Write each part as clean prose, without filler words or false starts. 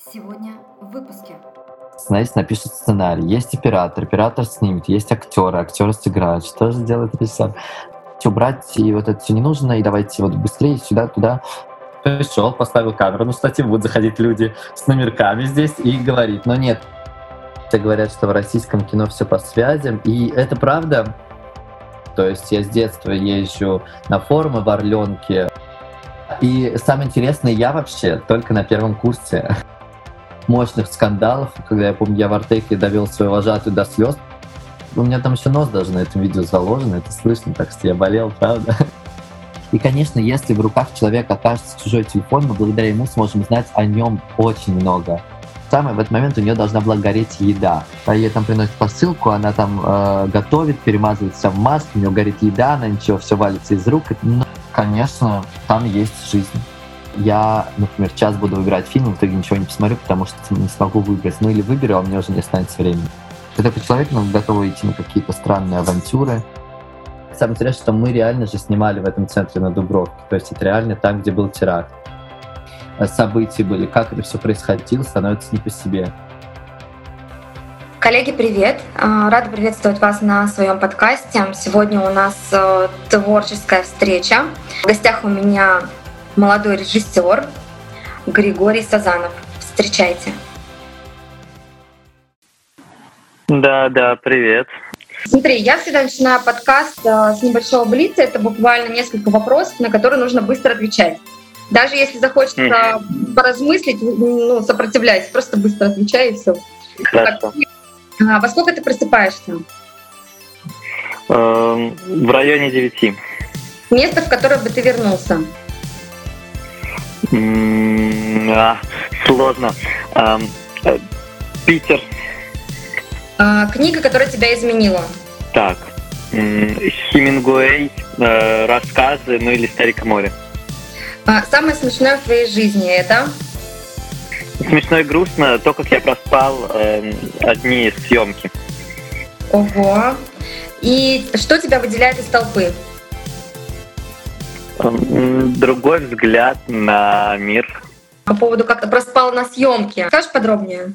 Сегодня в выпуске. Сценарист напишет сценарий, есть оператор снимет, есть актеры сыграют. Что же делает режиссер? Убрать и вот это все не нужно, и давайте вот быстрее сюда, туда. Пришел, поставил камеру на штатив, будут заходить люди с номерками здесь и говорить, но нет. Говорят, что в российском кино все по связям, и это правда. То есть я с детства езжу на форумы в Орленке, и самое интересное, я вообще только на первом курсе мощных скандалов, когда я помню, я в Артеке довел свою вожатую до слез. У меня там еще нос даже на этом видео заложен, это слышно, так что я болел, правда. И, конечно, если в руках человека окажется чужой телефон, мы благодаря ему сможем знать о нем очень много. Самое в этот момент у нее должна была гореть еда. Ей там приносят посылку, она там готовит, перемазывает вся в маске, у нее горит еда, она ничего, все валится из рук. Но, конечно, там есть жизнь. Я, например, час буду выбирать фильм, в итоге ничего не посмотрю, потому что не смогу выбрать. Ну или выберу, а у меня уже не останется времени. Я такой человек, готовый идти на какие-то странные авантюры. Самое интересное, что мы реально же снимали в этом центре на Дубровке. То есть это реально там, где был теракт. События были, как это все происходило, становится не по себе. Коллеги, привет! Рада приветствовать вас на своем подкасте. Сегодня у нас творческая встреча. В гостях у меня молодой режиссер Григорий Сазанов. Встречайте. Да, привет. Смотри, я всегда начинаю подкаст с небольшого блица. Это буквально несколько вопросов, на которые нужно быстро отвечать. Даже если захочется поразмыслить, сопротивляйся, просто быстро отвечай и все. Хорошо. Во сколько ты просыпаешься? В районе 9. Место, в которое бы ты вернулся? Сложно. Питер. Книга, которая тебя изменила? Так. Хемингуэй, рассказы, или «Старик и море». Самое смешное в твоей жизни это? Смешно и грустно то, как я проспал одни съемки. Ого! И что тебя выделяет из толпы? Другой взгляд на мир. По поводу, как ты проспал на съемке. Скажешь подробнее?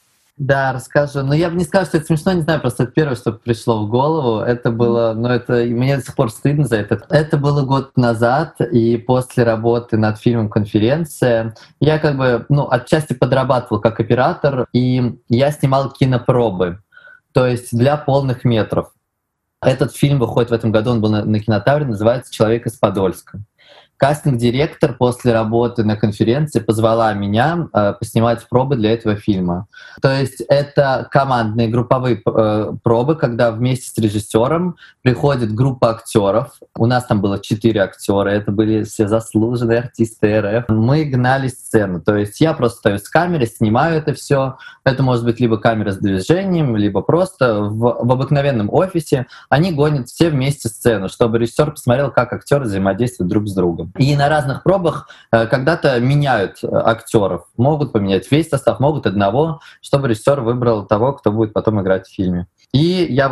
Да, расскажу. Я бы не сказал, что это смешно, не знаю, просто это первое, что пришло в голову. Это было, мне до сих пор стыдно за это. Это было год назад, и после работы над фильмом «Конференция» я отчасти подрабатывал как оператор, и я снимал кинопробы, то есть для полных метров. Этот фильм выходит в этом году, он был на Кинотавре, называется «Человек из Подольска». Кастинг-директор после работы на конференции позвала меня поснимать пробы для этого фильма. То есть это командные групповые пробы, когда вместе с режиссером приходит группа актеров. У нас там было 4 актера, это были все заслуженные артисты РФ. Мы гнали сцену, то есть я просто стою с камерой, снимаю это все. Это может быть либо камера с движением, либо просто в обыкновенном офисе. Они гонят все вместе сцену, чтобы режиссер посмотрел, как актеры взаимодействуют друг с другом. И на разных пробах когда-то меняют актеров. Могут поменять весь состав, могут одного, чтобы режиссер выбрал того, кто будет потом играть в фильме. И я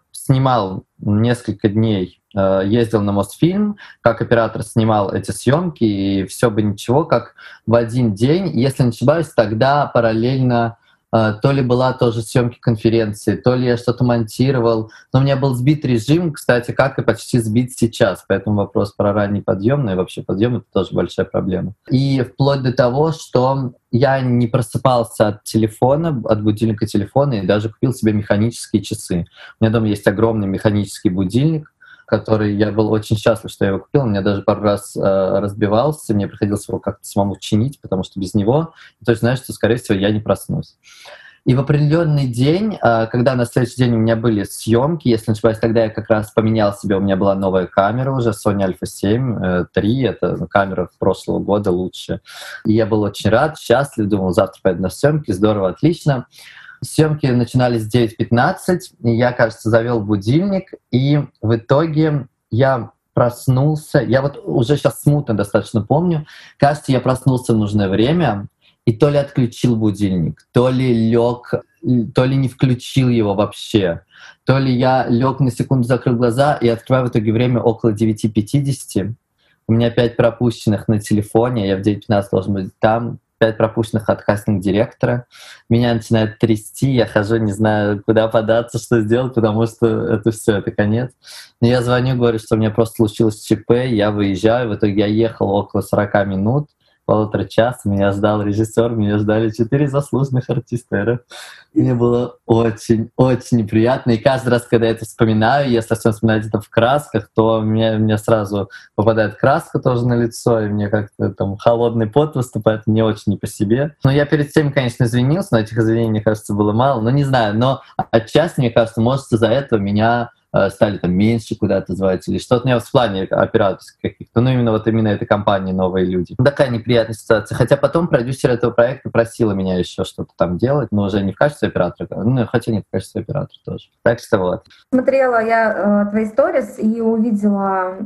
снимал несколько дней, ездил на Мосфильм, как оператор снимал эти съемки, и все бы ничего, как в один день. Если не ошибаюсь, тогда параллельно то ли была тоже съемки конференции, то ли я что-то монтировал. Но у меня был сбит режим, кстати, как и почти сбит сейчас. Поэтому вопрос про ранний подъем, и вообще подъем — это тоже большая проблема. И вплоть до того, что я не просыпался от телефона, от будильника телефона, и даже купил себе механические часы. У меня дома есть огромный механический будильник, который я был очень счастлив, что я его купил. У меня даже пару раз разбивался, мне приходилось его как-то самому чинить, потому что без него ты знаешь, что, скорее всего, я не проснусь. И в определенный день, когда на следующий день у меня были съемки, если не ошибаюсь, тогда я как раз поменял себе, у меня была новая камера уже, Sony Alpha 7 III, это камера прошлого года лучше. И я был очень рад, счастлив, думал, завтра пойду на съемки, здорово, отлично. Съемки начинались в 9:15, и я, кажется, завел будильник, и в итоге я проснулся. Я уже сейчас смутно достаточно помню. Кажется, я проснулся в нужное время, и то ли отключил будильник, то ли лег, то ли не включил его вообще, то ли я лег на секунду, закрыл глаза и открываю в итоге время около 9:50. У меня 5 пропущенных на телефоне, я в 9:15 должен быть там. 5 пропущенных от кастинг-директора. Меня начинает трясти, я хожу, не знаю, куда податься, что сделать, потому что это все, это конец. Но я звоню, говорю, что у меня просто случилось ЧП, я выезжаю. В итоге я ехал около 40 минут, полутора часа. Меня ждал режиссер, меня ждали 4 заслуженных артиста. Мне было очень-очень неприятно. И каждый раз, когда я это вспоминаю, если я вспоминаю это в красках, то мне сразу попадает краска тоже на лицо, и мне как-то там холодный пот выступает, мне очень не по себе. Но я перед всеми, конечно, извинился, но этих извинений, мне кажется, было мало. Но не знаю, но отчасти, мне кажется, может, из-за этого меня стали там меньше куда-то звать или что-то. У меня в плане операторских каких-то. Ну, именно этой компании «Новые люди». Такая неприятная ситуация. Хотя потом продюсер этого проекта просила меня еще что-то там делать, но уже не в качестве оператора, ну, хотя нет, в качестве оператора тоже. Так что вот. Смотрела я твои сторис и увидела,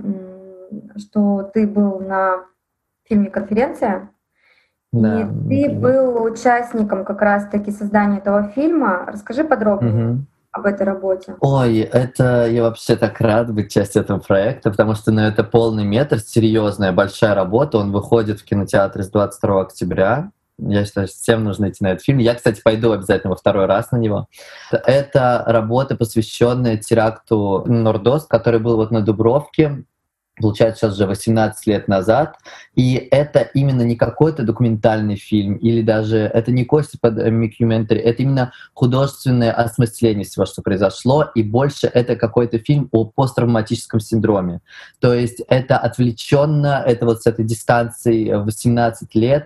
что ты был на фильме «Конференция». Да, и ты был участником как раз-таки создания этого фильма. Расскажи подробнее об этой работе. Ой, это я вообще так рад быть частью этого проекта, потому что это полный метр, серьезная большая работа. Он выходит в кинотеатре с 22 октября. Я считаю, что всем нужно идти на этот фильм. Я, кстати, пойду обязательно во второй раз на него. Это работа, посвященная теракту Нордост, который был вот на Дубровке. Получается, сейчас уже 18 лет назад. И это именно не какой-то документальный фильм, или даже это не кости под мокюментари, это именно художественное осмысление всего, что произошло, и больше это какой-то фильм о посттравматическом синдроме. То есть это отвлеченно, это вот с этой дистанции 18 лет,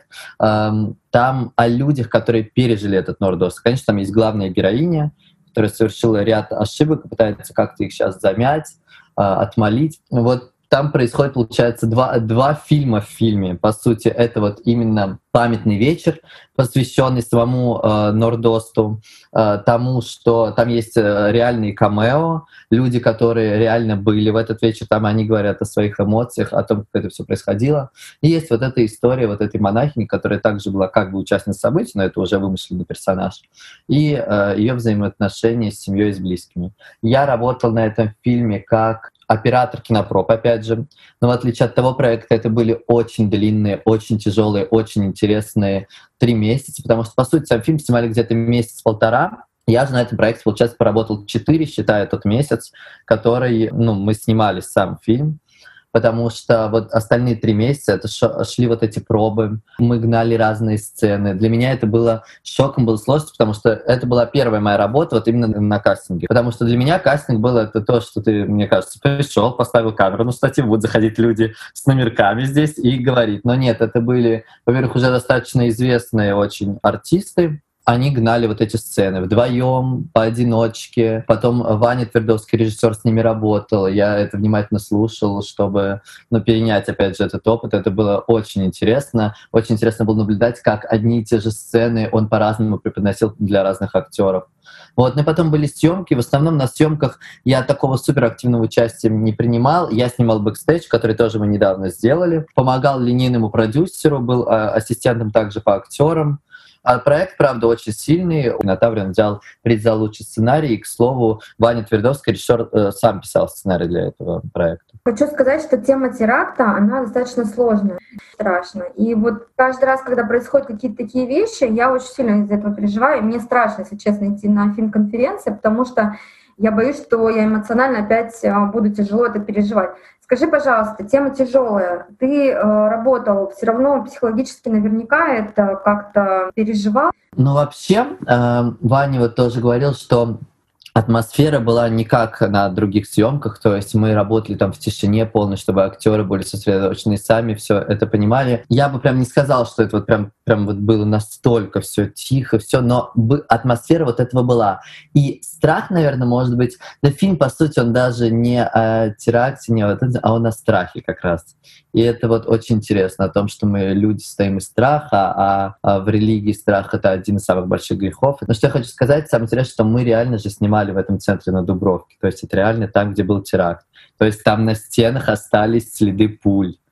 там о людях, которые пережили этот Нордост. Конечно, там есть главная героиня, которая совершила ряд ошибок и пытается как-то их сейчас замять, отмолить. Вот там происходит, получается, два фильма в фильме. По сути, это вот именно памятный вечер, посвященный самому Нордосту, тому, что там есть реальные камео, люди, которые реально были в этот вечер, там они говорят о своих эмоциях, о том, как это все происходило. И есть вот эта история вот этой монахини, которая также была как бы участницей событий, но это уже вымышленный персонаж, и ее взаимоотношения с семьей и с близкими. Я работал на этом фильме как оператор кинопроб, опять же. Но в отличие от того проекта, это были очень длинные, очень тяжелые, очень интересные 3 месяца, потому что, по сути, сам фильм снимали где-то месяц-полтора. Я же на этом проекте, получается, поработал 4, считая тот месяц, который, мы снимали сам фильм. Потому что вот остальные 3 месяца это шли вот эти пробы, мы гнали разные сцены. Для меня это было шоком, было сложно, потому что это была первая моя работа вот именно на кастинге. Потому что для меня кастинг был это то, что ты, мне кажется, пришел, поставил камеру на штатив, будут заходить люди с номерками здесь и говорить. Но нет, это были, во-первых, уже достаточно известные очень артисты. Они гнали вот эти сцены вдвоем, поодиночке. Потом Ваня Твердовский, режиссер, с ними работал. Я это внимательно слушал, чтобы перенять, опять же, этот опыт. Это было очень интересно. Очень интересно было наблюдать, как одни и те же сцены он по-разному преподносил для разных актеров. Вот. Но потом были съемки. В основном на съемках я такого суперактивного участия не принимал. Я снимал бэкстейдж, который тоже мы недавно сделали. Помогал линейному продюсеру, был ассистентом также по актерам. А проект, правда, очень сильный. Натаврин взял приз за лучший сценарий. И, к слову, Ваня Твердовский, режиссер, сам писал сценарий для этого проекта. Хочу сказать, что тема теракта, она достаточно сложная, страшно. И вот каждый раз, когда происходят какие-то такие вещи, я очень сильно из-за этого переживаю. И мне страшно, если честно, идти на фильм-конференции, потому что я боюсь, что я эмоционально опять буду тяжело это переживать. Скажи, пожалуйста, тема тяжелая. Ты работал, все равно психологически наверняка это как-то переживал? Вообще, Ваня вот тоже говорил, что атмосфера была не как на других съемках, то есть мы работали там в тишине полной, чтобы актеры были сосредоточены сами, все это понимали. Я бы прям не сказал, что это вот прям вот было настолько все тихо, все, но атмосфера вот этого была. И страх, наверное, может быть, да, фильм, по сути, он даже не о теракте, не о а он о страхе как раз. И это вот очень интересно о том, что мы люди состоим из страха, а в религии страх — это один из самых больших грехов. Но что я хочу сказать, самое интересное, что мы реально же снимали в этом центре на Дубровке. То есть это реально там, где был теракт. То есть там на стенах остались следы пуль.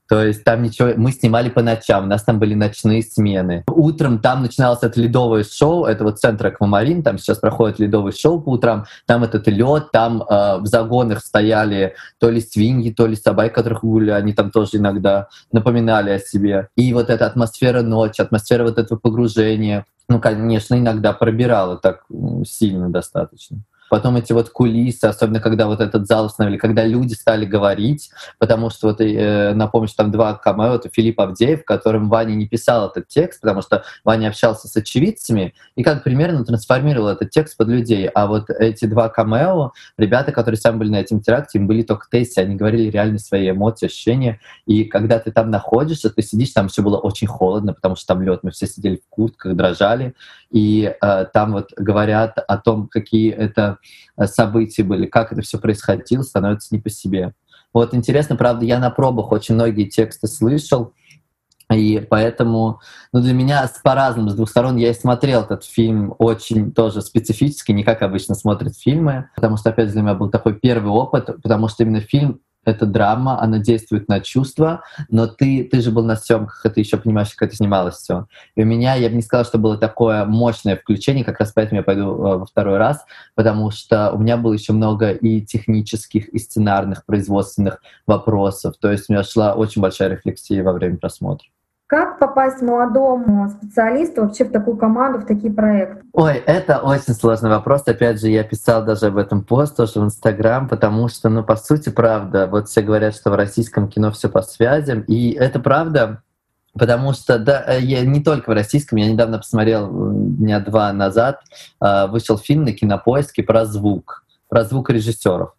То есть там ничего, мы снимали по ночам, у нас там были ночные смены. Утром там начиналось это ледовое шоу, это вот центр Аквамарин, там сейчас проходит ледовое шоу по утрам, там этот лед, там в загонах стояли то ли свиньи, то ли собаки, которых гуляли, они там тоже иногда напоминали о себе. И вот эта атмосфера ночи, атмосфера вот этого погружения, ну, конечно, иногда пробирала так сильно достаточно. Потом эти вот кулисы, особенно когда вот этот зал установили, когда люди стали говорить, потому что вот напомню, что там два камео, это Филипп Авдеев, которым Ваня не писал этот текст, потому что Ваня общался с очевидцами и как примерно трансформировал этот текст под людей. А вот эти два камео, ребята, которые сами были на этом теракте, им были только тесты, они говорили реально свои эмоции, ощущения. И когда ты там находишься, ты сидишь, там все было очень холодно, потому что там лед, мы все сидели в куртках, дрожали, и там вот говорят о том, какие это события были, как это все происходило, становится не по себе. Вот интересно, правда, я на пробах очень многие тексты слышал, и поэтому, ну, для меня по-разному, с двух сторон, я и смотрел этот фильм очень тоже специфически, не как обычно смотрят фильмы, потому что, опять же, для меня был такой первый опыт, потому что именно фильм — это драма, она действует на чувства, но ты же был на съемках, и ты еще понимаешь, как это снималось все. И у меня, я бы не сказал, что было такое мощное включение, как раз поэтому я пойду во второй раз, потому что у меня было еще много и технических, и сценарных, производственных вопросов. То есть у меня шла очень большая рефлексия во время просмотра. Как попасть молодому специалисту вообще в такую команду, в такие проекты? Ой, это очень сложный вопрос. Опять же, я писал даже об этом пост тоже в Инстаграм, потому что, ну, по сути, правда, вот все говорят, что в российском кино все по связям, и это правда, потому что, да, я не только в российском, я недавно посмотрел, дня 2 назад, вышел фильм на Кинопоиске про звук режиссеров.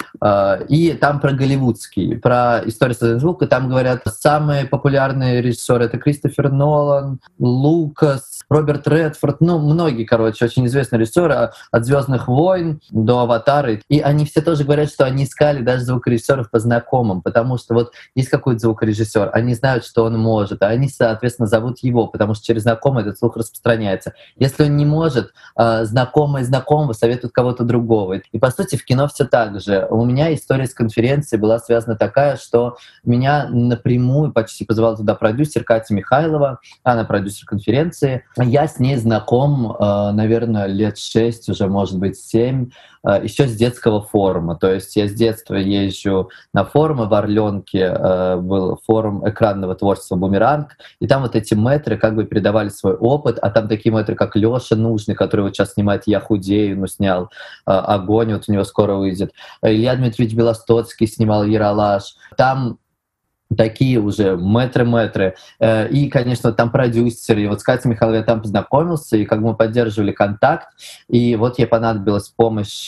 И там про голливудский, про историю создания звука, там говорят, самые популярные режиссеры — это Кристофер Нолан, Лукас, Роберт Редфорд, ну, многие, короче, очень известные режиссеры, от «Звездных войн» до «Аватара». И они все тоже говорят, что они искали даже звукорежиссеров по знакомым, потому что вот есть какой-то звукорежиссер, они знают, что он может, а они, соответственно, зовут его, потому что через знакомый этот слух распространяется. Если он не может, знакомые знакомого советуют кого-то другого. И, по сути, в кино все так же. У меня история с конференцией была связана такая, что меня напрямую почти позвал туда продюсер Катя Михайлова, она продюсер конференции. Я с ней знаком, наверное, лет 6, уже, может быть, 7, еще с детского форума. То есть я с детства езжу на форумы. В Орленке был форум экранного творчества «Бумеранг», и там вот эти мэтры как бы передавали свой опыт, а там такие мэтры, как Лёша Нужный, который вот сейчас снимает «Я худею», ну, снял «Огонь», вот у него скоро выйдет. Илья Дмитриевич Белостоцкий снимал «Ералаш». Там такие уже мэтры. И, конечно, там продюсеры. И вот с Катей Михайловой я там познакомился, и как бы мы поддерживали контакт. И вот ей понадобилась помощь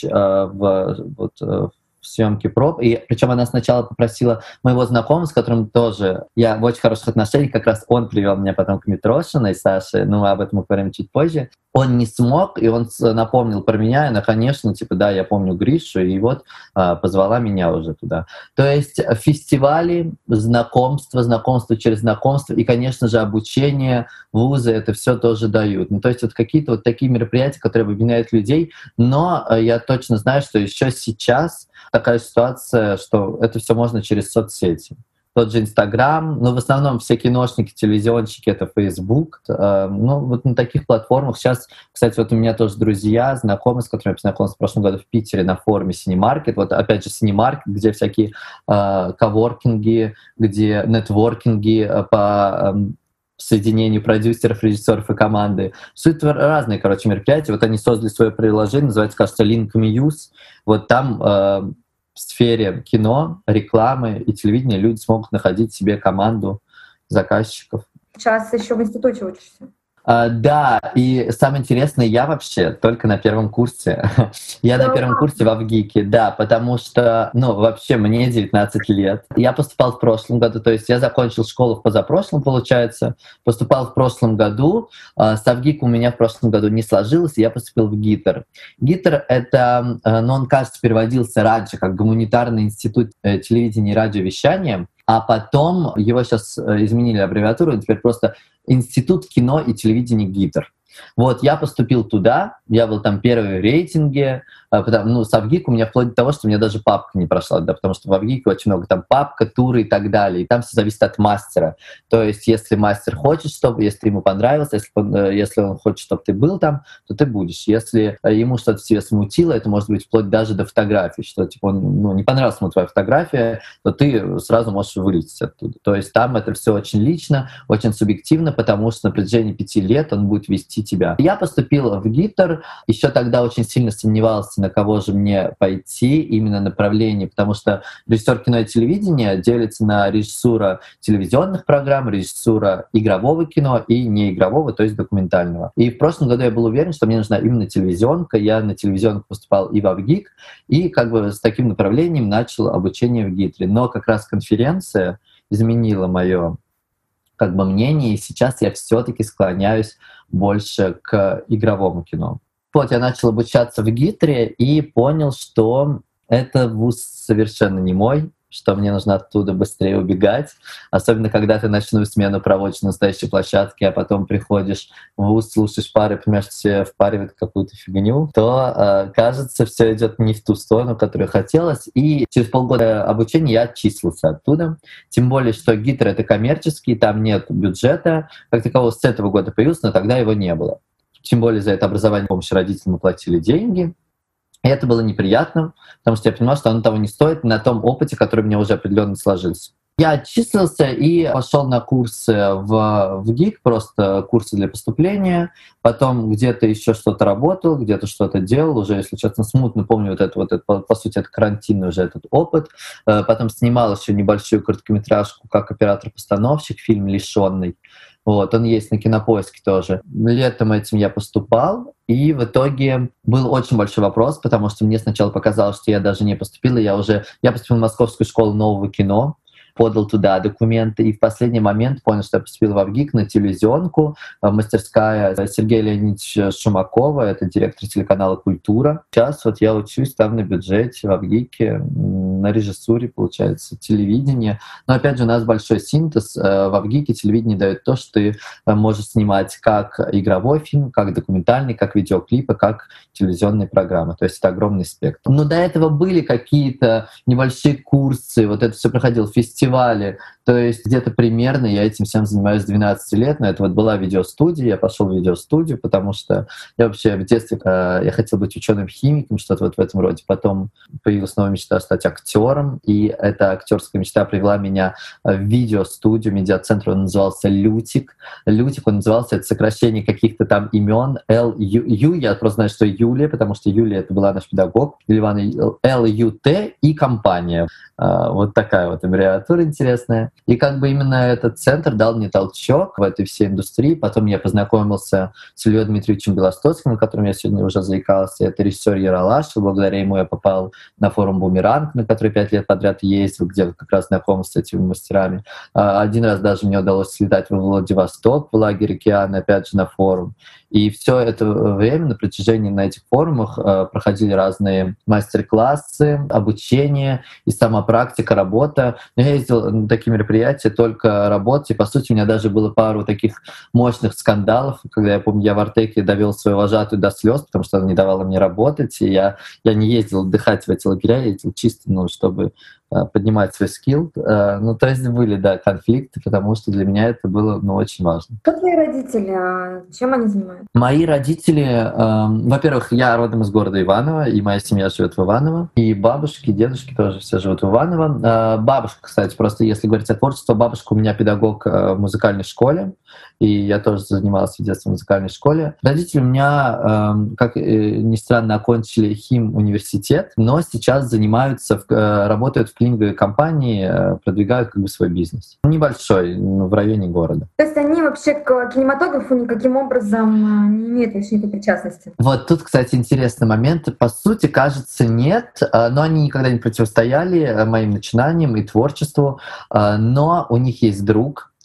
в съемке проб. И причем она сначала попросила моего знакомого, с которым тоже я в очень хороших отношениях, как раз он привел меня потом к Митрошиной, Саше, ну, об этом мы поговорим чуть позже. Он не смог, и он напомнил про меня, и она, конечно, типа, да, я помню Гришу, и вот позвала меня уже туда. То есть фестивали, знакомства через знакомство, и, конечно же, обучение, вузы, это все тоже дают. Ну, то есть вот какие-то вот такие мероприятия, которые объединяют людей, но я точно знаю, что еще сейчас такая ситуация, что это все можно через соцсети. Тот же Инстаграм, но в основном все киношники, телевизионщики — это Фейсбук. Ну, вот на таких платформах сейчас, кстати, вот у меня тоже друзья, знакомые, с которыми я познакомился в прошлом году в Питере на форуме Cinemarket. Вот опять же Cinemarket, где всякие коворкинги, где нетворкинги по соединению продюсеров, режиссеров и команды. Суть разные, короче, мероприятия. Вот они создали свое приложение, называется, кажется, Link Muse. Вот там в сфере кино, рекламы и телевидения люди смогут находить себе команду заказчиков. Сейчас еще в институте учишься? Да, и самое интересное, я вообще только на первом курсе. Я на первом курсе в ВГИКе, да, потому что, ну, вообще мне 19 лет. Я поступал в прошлом году, то есть я закончил школу в позапрошлом, получается, поступал в прошлом году. С ВГИК у меня в прошлом году не сложилось, и я поступил в ГИТР. ГИТР — это, ну, он, кажется, переводился раньше как Гуманитарный институт телевидения и радиовещания, а потом его сейчас изменили аббревиатуру, теперь просто Институт кино и телевидения ГИТР. Вот, я поступил туда, я был там первый в рейтинге, с Avgeek у меня вплоть до того, что у меня даже папка не прошла, да, потому что в Avgeek очень много там папка, туры и так далее, и там все зависит от мастера. То есть если мастер хочет, чтобы, если ты ему понравился, если он хочет, чтобы ты был там, то ты будешь. Если ему что-то в тебе смутило, это может быть вплоть даже до фотографий, что типа не понравилась ему твоя фотография, то ты сразу можешь вылететь оттуда. То есть там это все очень лично, очень субъективно, потому что на протяжении 5 лет он будет вести тебя. Я поступил в ГИТР, еще тогда очень сильно сомневался, на кого же мне пойти, именно направление, потому что режиссер кино и телевидения делится на режиссура телевизионных программ, режиссура игрового кино и неигрового, то есть документального. И в прошлом году я был уверен, что мне нужна именно телевизионка. Я на телевизионку поступал и в Avgeek, и как бы с таким направлением начал обучение в ГИТРе. Но как раз конференция изменила мое как бы мнение, и сейчас я все-таки склоняюсь больше к игровому кино. Вот я начал обучаться в ГИТРе и понял, что это вуз совершенно не мой, что мне нужно оттуда быстрее убегать, особенно когда ты ночную смену проводишь на настоящей площадке, а потом приходишь в вуз, слушаешь пары, понимаешь, что все впаривают какую-то фигню, то, кажется, все идет не в ту сторону, которую хотелось, и через полгода обучения я отчислился оттуда, тем более, что ГИТР — это коммерческий, там нет бюджета, как такового с этого года появился, но тогда его не было. Тем более за это образование помощи родителям мы платили деньги. И это было неприятно, потому что я понимал, что оно того не стоит на том опыте, который у меня уже определенно сложился. Я отчислился и пошел на курсы в ГИК, просто курсы для поступления. Потом где-то еще что-то работал, где-то что-то делал. Уже, если честно, смутно помню по сути, это карантинный уже этот опыт. Потом снимал еще небольшую короткометражку как оператор-постановщик, фильм «Лишённый». Вот, он есть на Кинопоиске тоже. Летом этим я поступал, и в итоге был очень большой вопрос, потому что мне сначала показалось, что я даже не поступил, я поступил в Московскую школу нового кино, подал туда документы, и в последний момент понял, что я поступил в Avgeek на телевизионку, мастерская Сергея Леонидовича Шумакова, это директор телеканала «Культура». Сейчас вот я учусь там на бюджете в Avgeek, на режиссуре, получается, телевидение. Но опять же у нас большой синтез. В Avgeek телевидение дает то, что ты можешь снимать как игровой фильм, как документальный, как видеоклипы, как телевизионные программы. То есть это огромный спектр. Но до этого были какие-то небольшие курсы, вот это все проходило в фестивале. То есть где-то примерно я этим всем занимаюсь с 12 лет, но это вот была видеостудия, я пошел в видеостудию, потому что я вообще в детстве я хотел быть ученым-химиком, что-то вот в этом роде. Потом появилась новая мечта стать актером, и эта актерская мечта привела меня в видеостудию, медиацентр, он назывался «Лютик». «Лютик» он назывался, это сокращение каких-то там имен, Л-Ю, я просто знаю, что Юлия, потому что Юлия — это была наш педагог, Л-Ю-Т и компания. Вот такая вот аббревиатура интересная. И как бы именно этот центр дал мне толчок в этой всей индустрии. Потом я познакомился с Ильей Дмитриевичем Белостоцким, о котором я сегодня уже заикался. Это режиссер Ералаш. Благодаря ему я попал на форум «Бумеранг», на который 5 лет подряд ездил, где как раз знакомился с этими мастерами. Один раз даже мне удалось слетать во Владивосток, в лагерь «Океан», опять же, на форум. И все это время на протяжении на этих форумах проходили разные мастер-классы, обучение и сама практика, работа. Но я ездил на такие мероприятия только работать, и, по сути, у меня даже было пару таких мощных скандалов, когда, я помню, я в Артеке довел свою вожатую до слез, потому что она не давала мне работать, и я не ездил отдыхать в эти лагеря, я ездил чисто, чтобы поднимать свой скилл. То есть были, да, конфликты, потому что для меня это было, очень важно. Кто твои родители? Чем они занимаются? Мои родители, во-первых, я родом из города Иваново, и моя семья живет в Иваново, и бабушки, дедушки тоже все живут в Иваново. Бабушка, кстати, просто если говорить о творчестве, бабушка у меня педагог в музыкальной школе, и я тоже занимался в детстве в музыкальной школе. Родители у меня, как ни странно, окончили хим-университет, но сейчас работают в клининговой компании, продвигают как бы свой бизнес. Небольшой, в районе города. То есть они вообще к кинематографу никаким образом не имеют никакой причастности? Вот тут, кстати, интересный момент. По сути, кажется, нет, но они никогда не противостояли моим начинаниям и творчеству, но у них есть друг,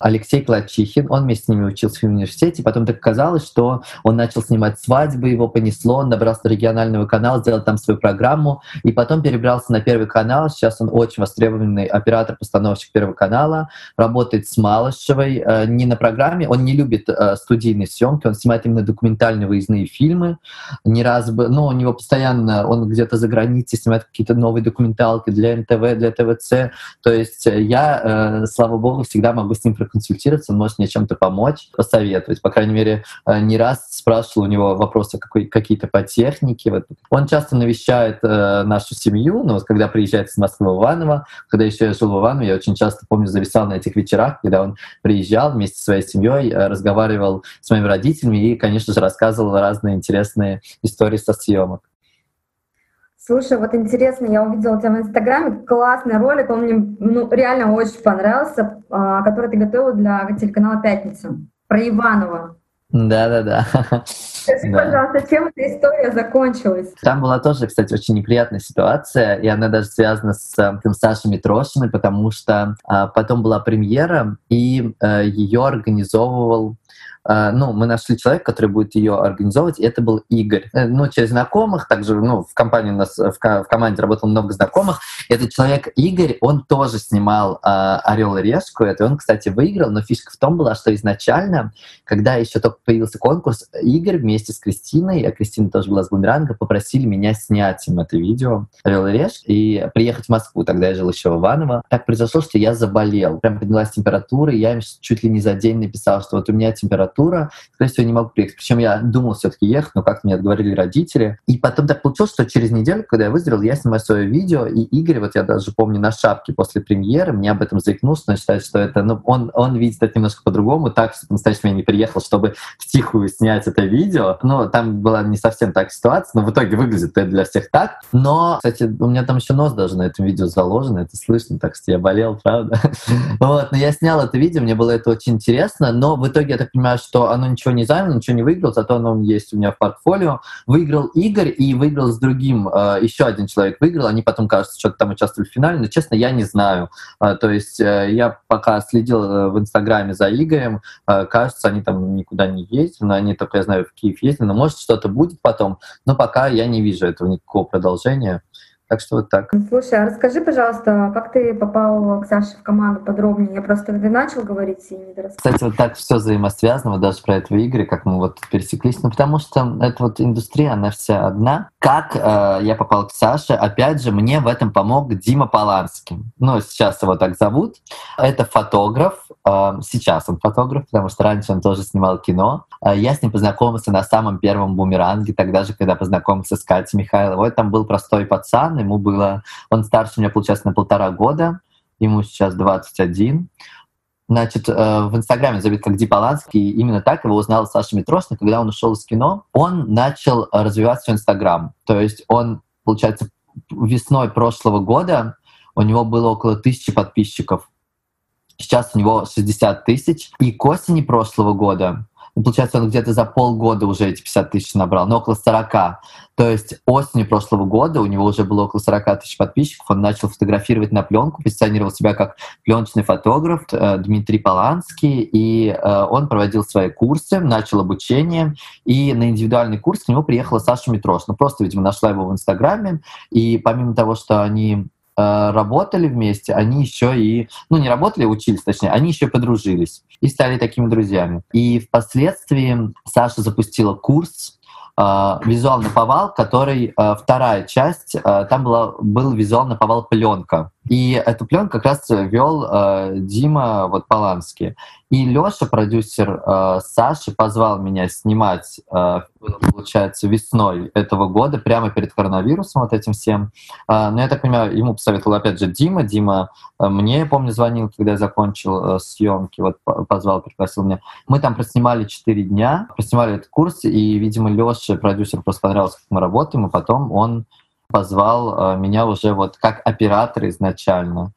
Алексей Клачихин, он вместе с ними учился в университете, потом так оказалось, что он начал снимать свадьбы, его понесло, он добрался до регионального канала, сделал там свою программу, и потом перебрался на Первый канал. Сейчас он очень востребованный оператор-постановщик Первого канала, работает с Малышевой, не на программе, он не любит студийные съемки, он снимает именно документальные выездные фильмы. Не раз бы, ну, у него постоянно, он где-то за границей снимает какие-то новые документалки для НТВ, для ТВЦ. То есть я, слава богу, всегда могу с ним проконсультироваться, он может мне чем-то помочь, посоветовать. По крайней мере, не раз спрашивал у него вопросы какие-то по технике. Вот. Он часто навещает нашу семью, ну, вот когда приезжает из Москвы в Иваново, когда еще я жил в Иваново, я очень часто, помню, зависал на этих вечерах, когда он приезжал вместе со своей семьей, разговаривал с моими родителями и, конечно же, рассказывал разные интересные истории со съемок. Слушай, вот интересно, я увидела у тебя в Инстаграме классный ролик, он мне реально очень понравился, который ты готовила для телеканала «Пятница» про Иваново. Да. Скажи, пожалуйста, чем эта история закончилась? Там была тоже, кстати, очень неприятная ситуация, и она даже связана с Сашей Митрошиной, потому что потом была премьера, и ее организовывал. Мы нашли человека, который будет ее организовывать, и это был Игорь. Через знакомых, также, в компании у нас, в команде работало много знакомых. Этот человек Игорь, он тоже снимал «Орел и решку», это он, кстати, выиграл, но фишка в том была, что изначально, когда еще только появился конкурс, Игорь вместе с Кристиной, а Кристина тоже была с «Бумеранга», попросили меня снять им это видео «Орел и решка» и приехать в Москву. Тогда я жил еще в Иваново. Так произошло, что я заболел. Прям поднялась температура, и я им чуть ли не за день написал, что вот у меня температура, скорее всего, не могу приехать. Причем я думал все-таки ехать, но как-то мне отговорили родители. И потом так получилось, что через неделю, когда я выздоровел, я снимаю свое видео, и Игорь, вот я даже помню на шапке после премьеры, мне об этом заикнулся, но считает, что это, он видит это немножко по-другому, так, что по-настоящему я не приехал, чтобы втихую снять это видео. Там была не совсем так ситуация, но в итоге выглядит это для всех так. Но, кстати, у меня там еще нос даже на этом видео заложен, это слышно, так что я болел, правда. Но я снял это видео, мне было это очень интересно, но в итоге я так понимаю, что оно ничего не заняло, ничего не выиграл, зато оно есть у меня в портфолио. Выиграл Игорь и выиграл с другим, еще один человек выиграл, они потом, кажется, что-то там участвовали в финале, но, честно, я не знаю. То есть я пока следил в Инстаграме за Игорем, кажется, они там никуда не ездили, но они только, я знаю, в Киев ездили, но может что-то будет потом, но пока я не вижу этого никакого продолжения. Так что вот так. Слушай, а расскажи, пожалуйста, как ты попал к Саше в команду подробнее? Я просто ты начал говорить и не дорассказал. Кстати, вот так все взаимосвязано, вот даже про этого Игоря, как мы вот пересеклись. Потому что эта вот индустрия, она вся одна. Как я попал к Саше? Опять же, мне в этом помог Дима Поланский. Сейчас его так зовут. Это фотограф. Сейчас он фотограф, потому что раньше он тоже снимал кино. Я с ним познакомился на самом первом «Бумеранге», тогда же, когда познакомился с Катей Михайловой. Там был простой пацан, он старше меня, получается, на 1,5 года, ему сейчас 21. Значит, в Инстаграме забит как Ди Поланский, и именно так его узнала Саша Митрошина, когда он ушел из кино. Он начал развивать свой Инстаграм. То есть он, получается, весной прошлого года у него было около 1000 подписчиков. Сейчас у него 60 тысяч. И к осени прошлого года, получается, он где-то за полгода уже эти 50 тысяч набрал, но около 40. То есть осенью прошлого года у него уже было около 40 тысяч подписчиков, он начал фотографировать на пленку, позиционировал себя как пленочный фотограф Дмитрий Поланский, и он проводил свои курсы, начал обучение, и на индивидуальный курс к нему приехала Саша Митрошина. Просто, видимо, нашла его в Инстаграме, и помимо того, что они работали вместе, они еще и, не работали, учились, точнее, они еще подружились и стали такими друзьями. И впоследствии Саша запустила курс «Визуал наповал», который вторая часть, там был визуал наповал пленка. И эту пленку как раз вел Дима Поланский. И Лёша, продюсер Саши, позвал меня снимать, получается, весной этого года, прямо перед коронавирусом, вот этим всем. Но я так понимаю, ему посоветовал опять же Дима. Дима мне, я помню, звонил, когда я закончил съемки, позвал, пригласил меня. Мы там проснимали 4 дня, проснимали этот курс, и, видимо, Лёше, продюсер, просто понравилось, как мы работаем, и потом он позвал меня уже как оператор изначально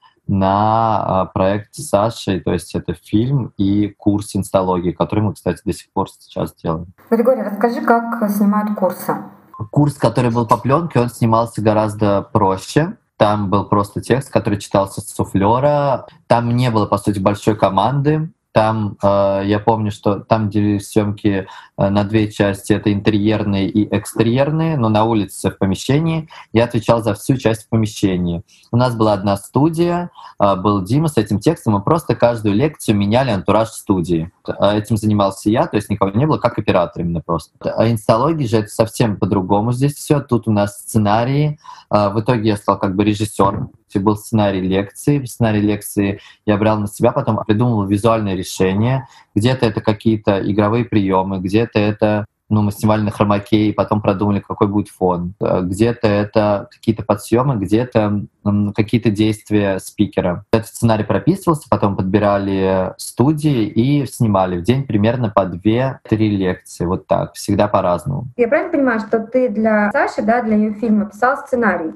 на проект с Сашей, то есть это фильм и курс инсталогии, который мы, кстати, до сих пор сейчас делаем. Григорий, расскажи, как снимают курсы. Курс, который был по пленке, он снимался гораздо проще. Там был просто текст, который читался с суфлера. Там не было, по сути, большой команды. Там я помню, что там делились съемки на две части. Это интерьерные и экстерьерные, но на улице в помещении. Я отвечал за всю часть в помещении. У нас была одна студия, был Дима с этим текстом. Мы просто каждую лекцию меняли антураж студии. Этим занимался я, то есть никого не было, как оператор именно просто. А инсталогия же это совсем по-другому здесь все. Тут у нас сценарии. В итоге я стал как бы режиссером. Был сценарий лекции. В сценарий лекции я брал на себя, потом придумывал визуальные решения. Где-то это какие-то игровые приемы, где-то это мы снимали на хромакее, потом продумали, какой будет фон. Где-то это какие-то подсъемы, где-то какие-то действия спикера. Этот сценарий прописывался, потом подбирали студии и снимали в день примерно по 2-3 лекции. Вот так, всегда по-разному. Я правильно понимаю, что ты для Саши, да, для ее фильма писал сценарий?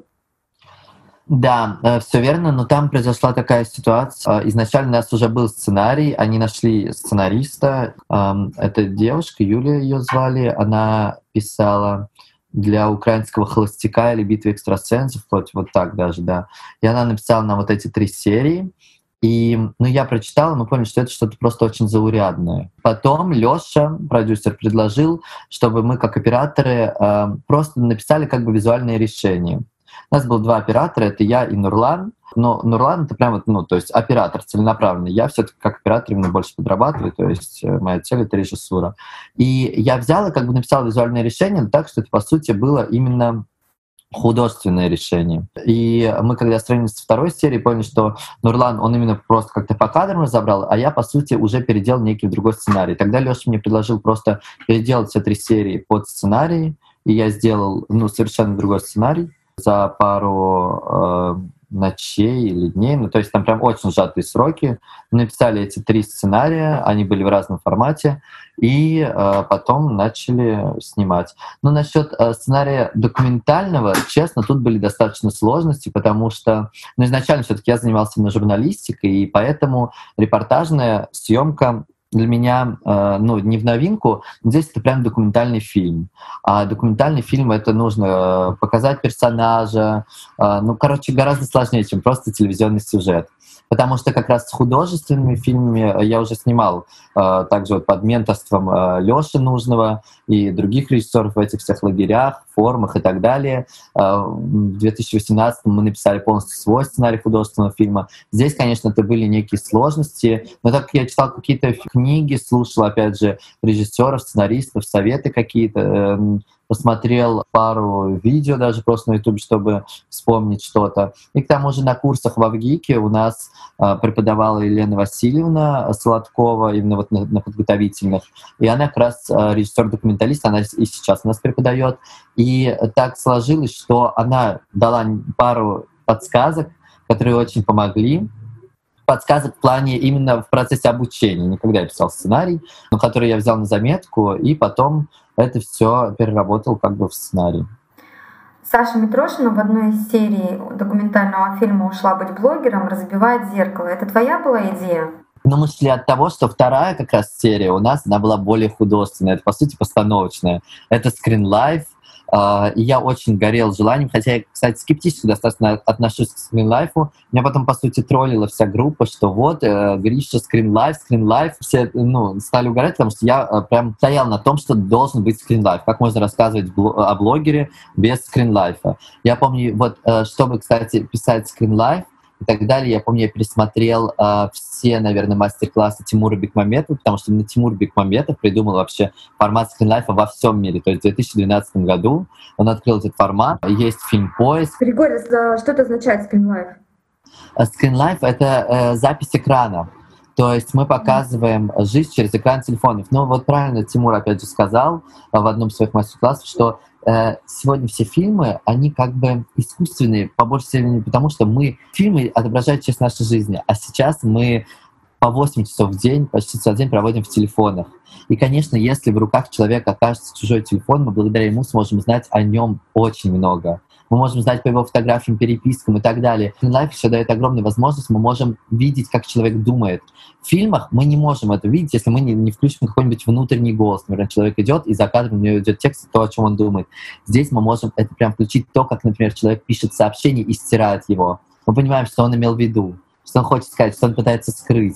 Да, все верно, но там произошла такая ситуация. Изначально у нас уже был сценарий, они нашли сценариста. Это девушка, Юлия ее звали, она писала для «Украинского холостяка» или «Битвы экстрасенсов», вот так даже, да. И она написала нам вот эти 3 серии. И я прочитал, мы поняли, что это что-то просто очень заурядное. Потом Лёша, продюсер, предложил, чтобы мы, как операторы, просто написали как бы визуальные решения. У нас было 2 оператора, это я и Нурлан. Но Нурлан — это прям то есть оператор целенаправленный. Я все-таки как оператор именно больше подрабатываю, то есть моя цель — это режиссура. И я взял и как бы написал визуальное решение так, что это, по сути, было именно художественное решение. И мы, когда сравнились со 2-й серией, поняли, что Нурлан, он именно просто как-то по кадрам разобрал, а я, по сути, уже переделал некий другой сценарий. Тогда Лёша мне предложил просто переделать все 3 серии под сценарий, и я сделал совершенно другой сценарий за пару ночей или дней. То есть там прям очень сжатые сроки. Мы написали эти 3 сценария, они были в разном формате, и потом начали снимать. Но насчет сценария документального, честно, тут были достаточно сложности, потому что изначально все-таки я занимался именно журналистикой, и поэтому репортажная съемка для меня не в новинку. Здесь это прям документальный фильм. А документальный фильм — это нужно показать персонажа. Гораздо сложнее, чем просто телевизионный сюжет. Потому что как раз с художественными фильмами я уже снимал также под менторством Лёши Нужного и других режиссеров в этих всех лагерях, форумах и так далее. В 2018 мы написали полностью свой сценарий художественного фильма. Здесь, конечно, это были некие сложности, но так как я читал какие-то книги, слушал, опять же, режиссеров, сценаристов, советы какие-то, посмотрел пару видео даже просто на YouTube, чтобы вспомнить что-то. И к тому же на курсах в ВГИКе у нас преподавала Елена Васильевна Солодкова, именно на подготовительных. И она как раз режиссер-документалист, она и сейчас у нас преподает. И так сложилось, что она дала пару подсказок, которые очень помогли. Подсказок в плане именно в процессе обучения. Не когда я писал сценарий, но который я взял на заметку, и потом это все переработал как бы в сценарий. Саша Митрошина в одной из серий документального фильма «Ушла быть блогером» разбивает зеркало. Это твоя была идея? Мы шли от того, что 2-я как раз серия у нас, она была более художественная. Это, по сути, постановочная. Это Screen Life. И я очень горел желанием, хотя я, кстати, скептически достаточно отношусь к скринлайфу. Меня потом, по сути, троллила вся группа, что вот, Гриша, скринлайф. Все стали угорать, потому что я прям стоял на том, что должен быть скринлайф. Как можно рассказывать о блогере без скринлайфа? Я помню, чтобы, кстати, писать скринлайф и так далее, я помню, я пересмотрел все, наверное, мастер-классы Тимура Бекмамбетова, потому что именно Тимур Бекмамбетов придумал вообще формат скринлайфа во всем мире. То есть в 2012 году он открыл этот формат. Есть фильм «Поиск». Григорий, что это означает скринлайф? Скринлайф — это запись экрана. То есть мы показываем жизнь через экран телефонов. Правильно Тимур опять же сказал в одном из своих мастер-классов, что сегодня все фильмы, они как бы искусственные, по большей степени, потому что фильмы отображают часть нашей жизни, а сейчас мы по 8 часов в день, почти целый день проводим в телефонах. И, конечно, если в руках человека окажется чужой телефон, мы благодаря ему сможем знать о нем очень много. Мы можем знать по его фотографиям, перепискам и так далее. Лайф еще дает огромную возможность, мы можем видеть, как человек думает. В фильмах мы не можем это видеть, если мы не включим какой-нибудь внутренний голос. Например, человек идет, и за кадром у него идет текст, то, о чем он думает. Здесь мы можем это прям включить то, как, например, человек пишет сообщение и стирает его. Мы понимаем, что он имел в виду, что он хочет сказать, что он пытается скрыть.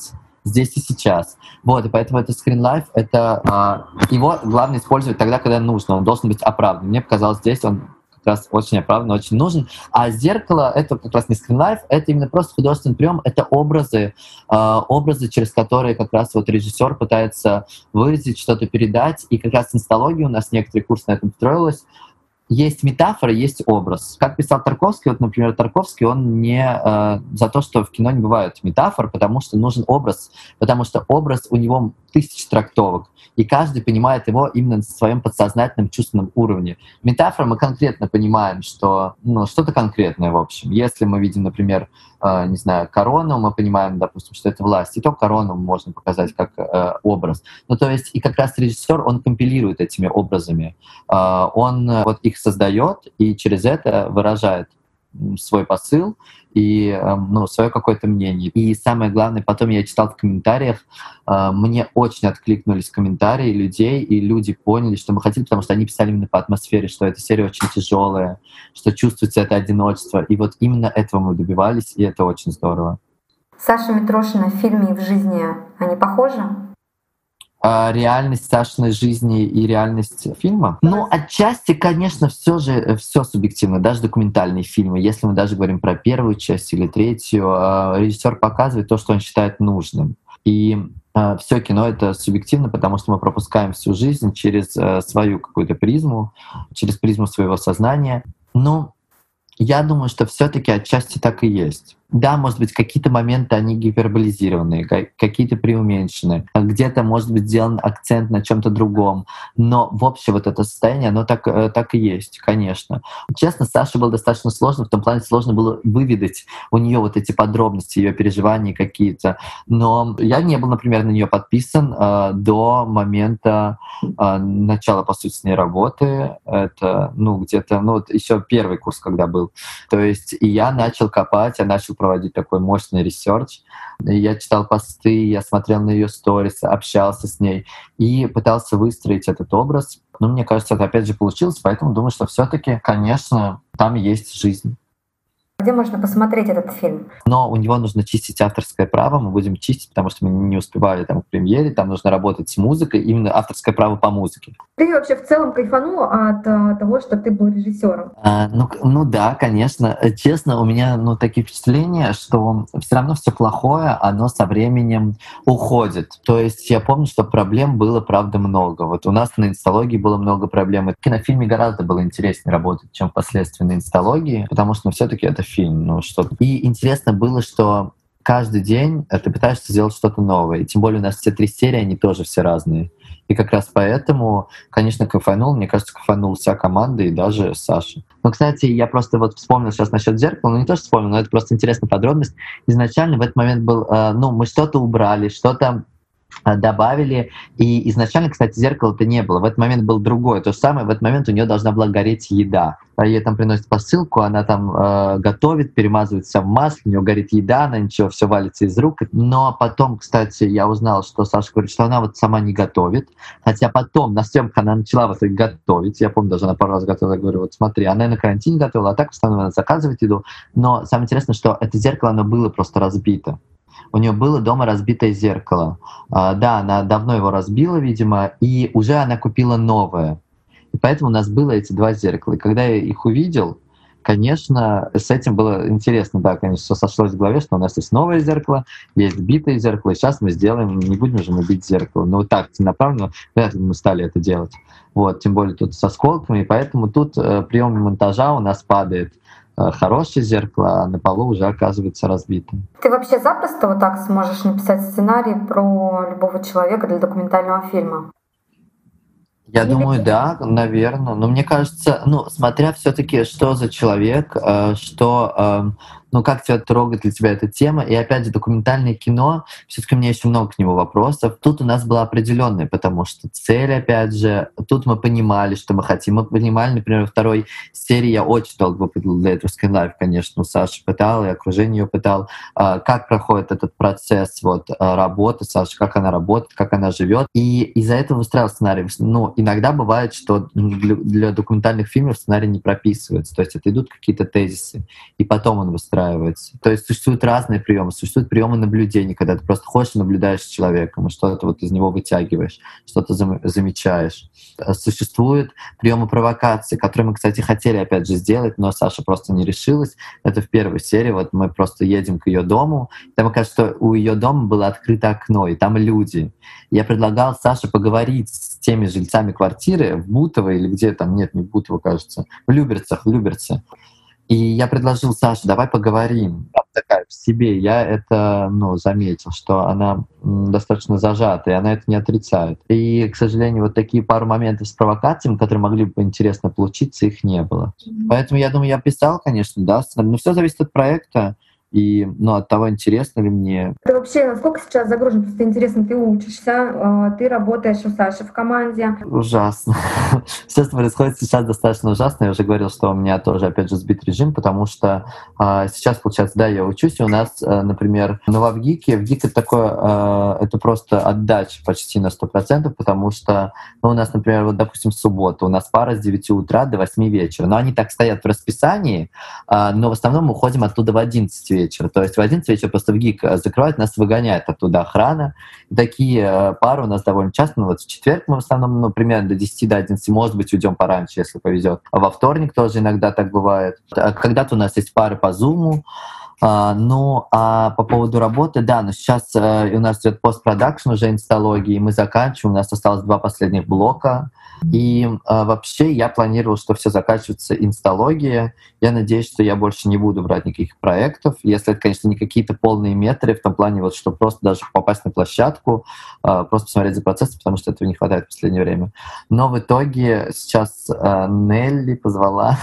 здесь и сейчас. Вот, и поэтому это screen life, это его главное использовать тогда, когда нужно, он должен быть оправдан. Мне показалось, здесь он как раз очень оправдан, очень нужен. А зеркало — это как раз не screen life, это именно просто художественный прием, это образы, через которые как раз вот режиссер пытается выразить, что-то передать. И как раз инсталогия у нас некоторый курс на этом строилась. Есть метафора, есть образ. Как писал Тарковский, вот, например, Тарковский, он не за то, что в кино не бывает метафор, потому что нужен образ, потому что образ у него 1000 трактовок, и каждый понимает его именно на своем подсознательном чувственном уровне. Метафора мы конкретно понимаем, что что-то конкретное, в общем. Если мы видим, например, не знаю, корону, мы понимаем, допустим, что это власть, и то корону можно показать как образ. Ну, то есть, и как раз режиссер, он компилирует этими образами. Он вот их создает и через это выражает свой посыл и свое какое-то мнение. И самое главное, потом я читал в комментариях, мне очень откликнулись комментарии людей, и люди поняли, что мы хотели, потому что они писали именно по атмосфере, что эта серия очень тяжелая, что чувствуется это одиночество. И вот именно этого мы добивались, и это очень здорово. Саша Митрошина в фильме и в жизни, они похожи? Реальность Сашиной жизни и реальность фильма? Ну, отчасти, конечно, все же все субъективно, даже документальные фильмы. Если мы даже говорим про первую часть или третью, режиссер показывает то, что он считает нужным. И все кино — это субъективно, потому что мы пропускаем всю жизнь через свою какую-то призму, через призму своего сознания. Ну, я думаю, что все-таки отчасти так и есть. Да, может быть, какие-то моменты, они гиперболизированы, какие-то преуменьшены, где-то, может быть, сделан акцент на чем-то другом, но в общем вот это состояние, оно так и есть, конечно. Честно, Саше было достаточно сложно, в том плане сложно было выведать у нее вот эти подробности, ее переживания какие-то, но я не был, например, на нее подписан до момента начала, по сути, с ней работы. Это, где-то, вот еще первый курс, когда был. То есть и я начал копать, я начал проводить такой мощный ресерч. Я читал посты, я смотрел на ее сторис, общался с ней и пытался выстроить этот образ. Но мне кажется, это опять же получилось, поэтому думаю, что все-таки, конечно, там есть жизнь. Где можно посмотреть этот фильм? Но у него нужно чистить авторское право, мы будем чистить, потому что мы не успевали там к премьере, там нужно работать с музыкой, именно авторское право по музыке. Ты вообще в целом кайфанул от того, что ты был режиссером? Да, конечно. Честно, у меня такие впечатления, что все равно все плохое, оно со временем уходит. То есть я помню, что проблем было, правда, много. Вот у нас на инсталогии было много проблем. И в кинофильме гораздо было интереснее работать, чем впоследствии на инсталогии, потому что все-таки это фильм. И интересно было, что каждый день ты пытаешься сделать что-то новое. И тем более у нас все 3 серии, они тоже все разные. И как раз поэтому, конечно, кайфанул. Мне кажется, кайфанула вся команда и даже Саша. Но, кстати, я просто вспомнил сейчас насчет зеркала. Не то, что вспомнил, но это просто интересная подробность. Изначально в этот момент был... мы что-то убрали, что-то добавили. И изначально, кстати, зеркала-то не было. В этот момент был другой. То же самое, в этот момент у нее должна была гореть еда. Ей там приносят посылку, она там готовит, перемазывается в масле, у нее горит еда, она ничего, все валится из рук. Но потом, кстати, я узнал, что Саша говорит, что она сама не готовит. Хотя потом на съемках она начала в итоге готовить. Я помню, даже она пару раз готовила. Я говорю, смотри, она на карантине готовила, а так в основном она заказывает еду. Но самое интересное, что это зеркало, оно было просто разбито. У нее было дома разбитое зеркало. Да, она давно его разбила, видимо, и уже она купила новое. И поэтому у нас было эти 2 зеркала. И когда я их увидел, конечно, с этим было интересно. Да, конечно, все сошлось в голове, что у нас есть новое зеркало, есть битое зеркало, и сейчас мы сделаем, не будем уже бить зеркало. Но вот так целенаправленно вряд ли мы стали это делать. Тем более тут с осколками, и поэтому тут прием монтажа у нас падает. Хорошее зеркало, а на полу уже оказывается разбитым. Ты вообще запросто вот так сможешь написать сценарий про любого человека для документального фильма? Я думаю, да, наверное. Но мне кажется, смотря все-таки, что за человек, как тебя трогает для тебя эта тема. И опять же, документальное кино, все-таки у меня еще много к нему вопросов. Тут у нас была определенная, потому что цель, опять же, тут мы понимали, что мы хотим. Мы понимали, например, во 2 серии я очень долго выпытал для этого Screen Life, конечно, у Саши пытал, и окружение ее пытал, как проходит этот процесс работы Саши, как она работает, как она живет. И из-за этого выстраивал сценарий. Иногда бывает, что для документальных фильмов сценарий не прописывается. То есть это идут какие-то тезисы, и потом он выстраивается. устраивается. То есть существуют разные приемы. Существуют приемы наблюдения, когда ты просто ходишь и наблюдаешь с человеком, и что-то вот из него вытягиваешь, что-то замечаешь. Существуют приемы провокации, которые мы, кстати, хотели опять же сделать, но Саша просто не решилась. Это в первой серии. Вот мы просто едем к ее дому. Там оказывается, что у ее дома было открыто окно, и там люди. Я предлагал Саше поговорить с теми жильцами квартиры в Бутово или где там, нет, не в Бутово, кажется, в Люберце. И я предложил Саше, давай поговорим. Она такая в себе. Я это заметил, что она достаточно зажата, и она это не отрицает. И, к сожалению, вот такие пару моментов с провокациями, которые могли бы интересно получиться, их не было. Поэтому я думаю, я писал, конечно, да, но все зависит от проекта. И от того, интересно ли мне. Ты вообще насколько сейчас загружен? Просто интересно, ты учишься, ты работаешь у Саши в команде. Ужасно. Все, что происходит сейчас, достаточно ужасно. Я уже говорил, что у меня тоже, опять же, сбит режим, потому что сейчас, получается, да, я учусь, и у нас, например, в ГИКе это такое, это просто отдача почти на 100%, потому что, у нас, например, вот, допустим, суббота, у нас пара с 9 утра до 8 вечера. Но они так стоят в расписании, но в основном мы уходим оттуда в 11 вечера. То есть в 11 вечера просто в ГИК закрывают, нас выгоняет оттуда охрана. И такие пары у нас довольно часто. Вот в четверг мы в основном примерно до 10, до 11, может быть, уйдем пораньше, если повезет. А во вторник тоже иногда так бывает. Когда-то у нас есть пары по Zoom. А по поводу работы, да, но сейчас у нас идет постпродакшн уже инсталогии, мы заканчиваем, у нас осталось 2 последних блока. И вообще я планировал, что все заканчивается инсталогия. Я надеюсь, что я больше не буду брать никаких проектов, если это, конечно, не какие-то полные метры, в том плане, вот, что просто даже попасть на площадку, просто посмотреть за процессом, потому что этого не хватает в последнее время. Но в итоге сейчас Нелли позвала.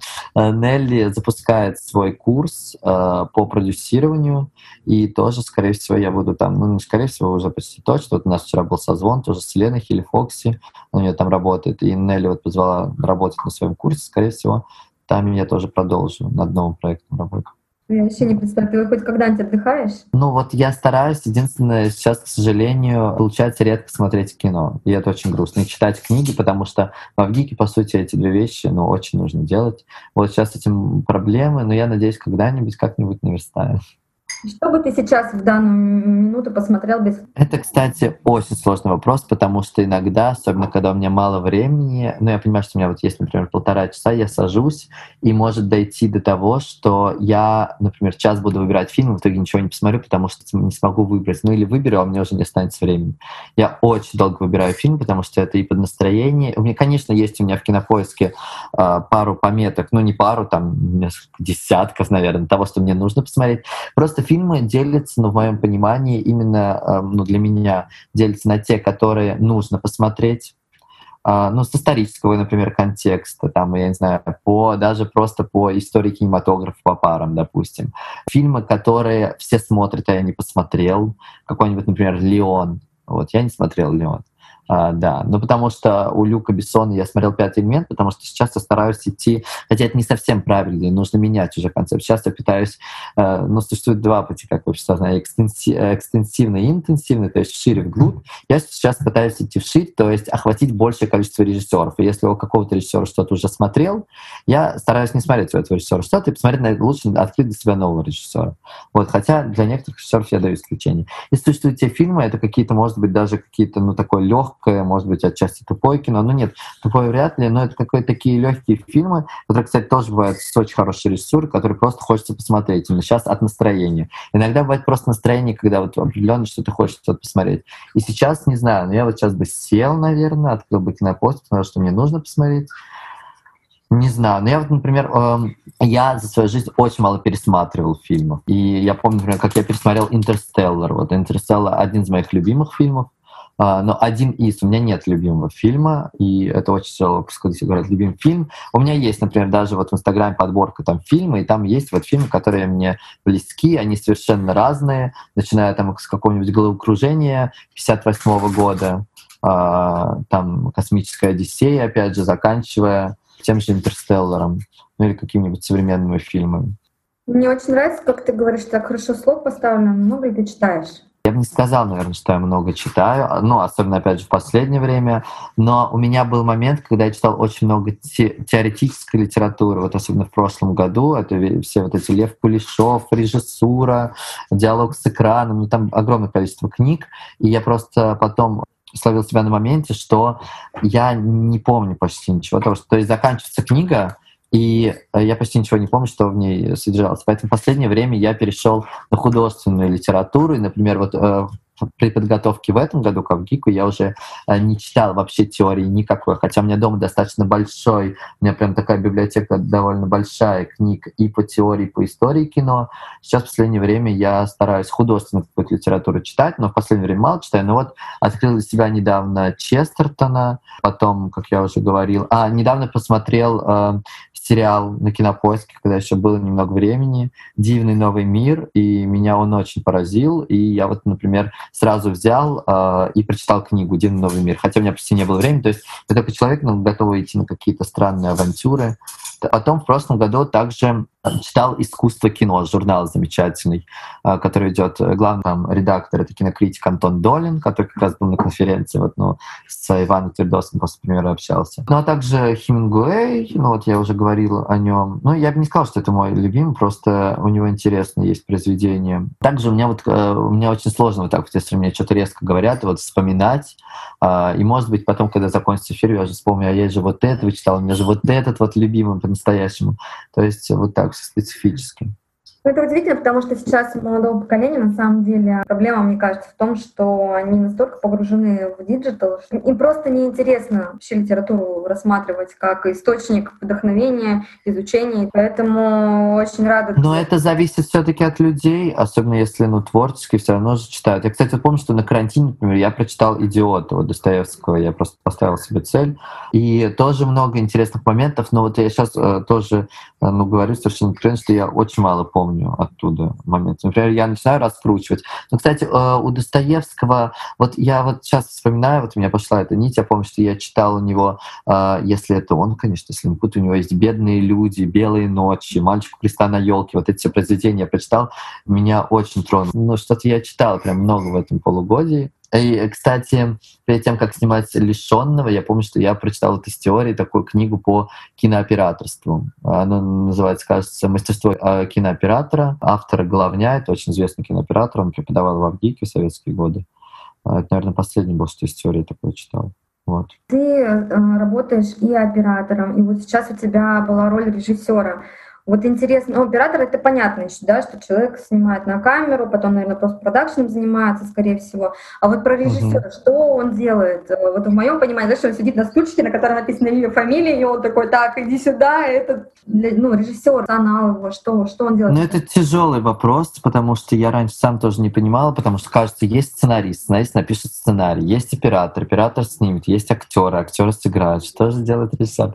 Нелли запускает свой курс по продюсированию, и тоже, скорее всего, я буду там, не скорее всего, уже почти точно. Вот у нас вчера был созвон тоже с Леной Хилли-Фокси, у нее там работает, и Нелли вот позвала работать на своем курсе, скорее всего, там я тоже продолжу над новым проектом работать. Я вообще не представляю, ты хоть когда-нибудь отдыхаешь? Я стараюсь. Единственное, сейчас, к сожалению, получается редко смотреть кино. И это очень грустно. И читать книги, потому что в ГИКе, по сути, эти 2 вещи, очень нужно делать. Вот сейчас с этим проблемы, но я надеюсь, когда-нибудь как-нибудь наверстаю. Что бы ты сейчас в данную минуту посмотрел без... Это, кстати, очень сложный вопрос, потому что иногда, особенно когда у меня мало времени, я понимаю, что у меня вот есть, например, 1,5 часа, я сажусь, и может дойти до того, что я, например, час буду выбирать фильм, в итоге ничего не посмотрю, потому что не смогу выбрать. Или выберу, а у меня уже не останется времени. Я очень долго выбираю фильм, потому что это и под настроение. У меня, конечно, есть у меня в Кинопоиске пару пометок, не пару, там, несколько десятков, наверное, того, что мне нужно посмотреть. Просто фильмы делятся, в моем понимании, именно для меня делятся на те, которые нужно посмотреть, с исторического, например, контекста, я не знаю, даже просто по истории кинематографа, по парам, допустим. Фильмы, которые все смотрят, а я не посмотрел. Какой-нибудь, например, «Леон». Я не смотрел «Леон». Да, потому что у Люка Бессона я смотрел «Пятый элемент», потому что сейчас я стараюсь идти, хотя это не совсем правильно, нужно менять уже концепт. Сейчас я пытаюсь, существует 2 пути, как общество знает, экстенсивный и интенсивный, то есть вширь и вглубь. Я сейчас пытаюсь идти вширь, то есть охватить большее количество режиссеров. И если у какого-то режиссера что-то уже смотрел, я стараюсь не смотреть у этого режиссера что-то и посмотреть лучше открыть для себя нового режиссера. Хотя для некоторых режиссеров я даю исключение. И существуют те фильмы, это какие-то, может быть, даже какие-то, такое легкое, может быть, отчасти тупое кино, нет, тупое вряд ли, но это какие-то такие легкие фильмы, которые, кстати, тоже бывают с очень хорошей режиссурой, которые просто хочется посмотреть, именно сейчас от настроения. Иногда бывает просто настроение, когда определенно что-то хочется посмотреть. И сейчас, не знаю, я сейчас бы сел, наверное, открыл бы Кинопоиск, посмотрел, что мне нужно посмотреть. Не знаю, но я например, я за свою жизнь очень мало пересматривал фильмов. И я помню, например, как я пересмотрел «Интерстеллар». «Интерстеллар» — один из моих любимых фильмов. Но один из. У меня нет любимого фильма, и это очень тяжело, когда все говорят «любимый фильм». У меня есть, например, даже в Инстаграме подборка фильмы, и там есть фильмы, которые мне близки, они совершенно разные, начиная с какого-нибудь «Головокружения» 58 года, «Космическая Одиссея», опять же, заканчивая тем же «Интерстелларом», или какими-нибудь современными фильмами. Мне очень нравится, как ты говоришь, так хорошо слог поставлено. Много ли ты читаешь? Я бы не сказал, наверное, что я много читаю, ну, особенно, опять же, в последнее время, но у меня был момент, когда я читал очень много теоретической литературы, вот особенно в прошлом году, это все вот эти Лев Кулешов, режиссура, диалог с экраном, ну, там огромное количество книг, и я просто потом словил себя на моменте, что я не помню почти ничего того, что, то есть заканчивается книга, и я почти ничего не помню, что в ней содержалось. Поэтому в последнее время я перешел на художественную литературу. И, например, вот при подготовке в этом году к Авгику я уже не читал вообще теории никакой, хотя у меня дома достаточно большой, у меня прям такая библиотека довольно большая книг и по теории, и по истории кино. Сейчас в последнее время я стараюсь художественную какую-то литературу читать, но в последнее время мало читаю. Но вот открыл для себя недавно Честертона, потом, как я уже говорил, недавно посмотрел сериал на Кинопоиске, когда еще было немного времени, «Дивный новый мир», и меня он очень поразил. И я вот, например, сразу взял и прочитал книгу «Дивный новый мир», хотя у меня почти не было времени. То есть я такой человек, готовый идти на какие-то странные авантюры. Потом в прошлом году также читал «Искусство кино», журнал замечательный, который ведет главный там редактор, это кинокритик Антон Долин, который как раз был на конференции, с Иваном Твердовским после премьеры общался. Ну а также Хемингуэй, вот я уже говорил о нем. Ну, я бы не сказал, что это мой любимый, просто у него интересные есть произведения. Также у меня очень сложно вот так вот, если мне что-то резко говорят, вспоминать. И, может быть, потом, когда закончится эфир, я уже вспомню, я же вот это читал, у меня же вот этот любимый по-настоящему. То есть вот так все специфически. Это удивительно, потому что сейчас у молодого поколения на самом деле проблема, мне кажется, в том, что они настолько погружены в диджитал, что им просто неинтересно вообще литературу рассматривать как источник вдохновения, изучения. Поэтому очень рада. Но это зависит все-таки от людей, особенно если творческие все равно же читают. Я, кстати, помню, что на карантине, например, я прочитал «Идиота» Достоевского, я просто поставил себе цель. И тоже много интересных моментов, но вот я сейчас тоже говорю совершенно откровенно, что я очень мало помню оттуда момент. Например, я начинаю раскручивать. Но, кстати, у Достоевского, я сейчас вспоминаю, у меня пошла эта нить, я помню, что я читал у него, если это он, конечно, если не путаю, у него есть «Бедные люди», «Белые ночи», «Мальчик у креста на елке». Вот эти все произведения я прочитал, меня очень тронуло. Что-то я читал прям много в этом полугодии. И, кстати, перед тем, как снимать «Лишённого», я помню, что я прочитал из теории такую книгу по кинооператорству. Она называется, кажется, «Мастерство кинооператора». Автор Головня, это очень известный кинооператор, он преподавал в Авгике в советские годы. Это, наверное, последний был, что из теории такое читал. Вот. Ты работаешь и оператором, и вот сейчас у тебя была роль режиссера. Вот интересно, оператор — это понятно еще, да, что человек снимает на камеру, потом, наверное, просто продакшеном занимается, скорее всего. А вот про режиссера, что он делает? Вот в моем понимании, знаешь, он сидит на стульчике, на котором написано имя, фамилия, и он такой: так, иди сюда, это режиссер, канал его, что он делает? Это тяжелый вопрос, потому что я раньше сам тоже не понимал, потому что, кажется, есть сценарист напишет сценарий, есть оператор снимет, есть актеры сыграют, что же делает режиссер?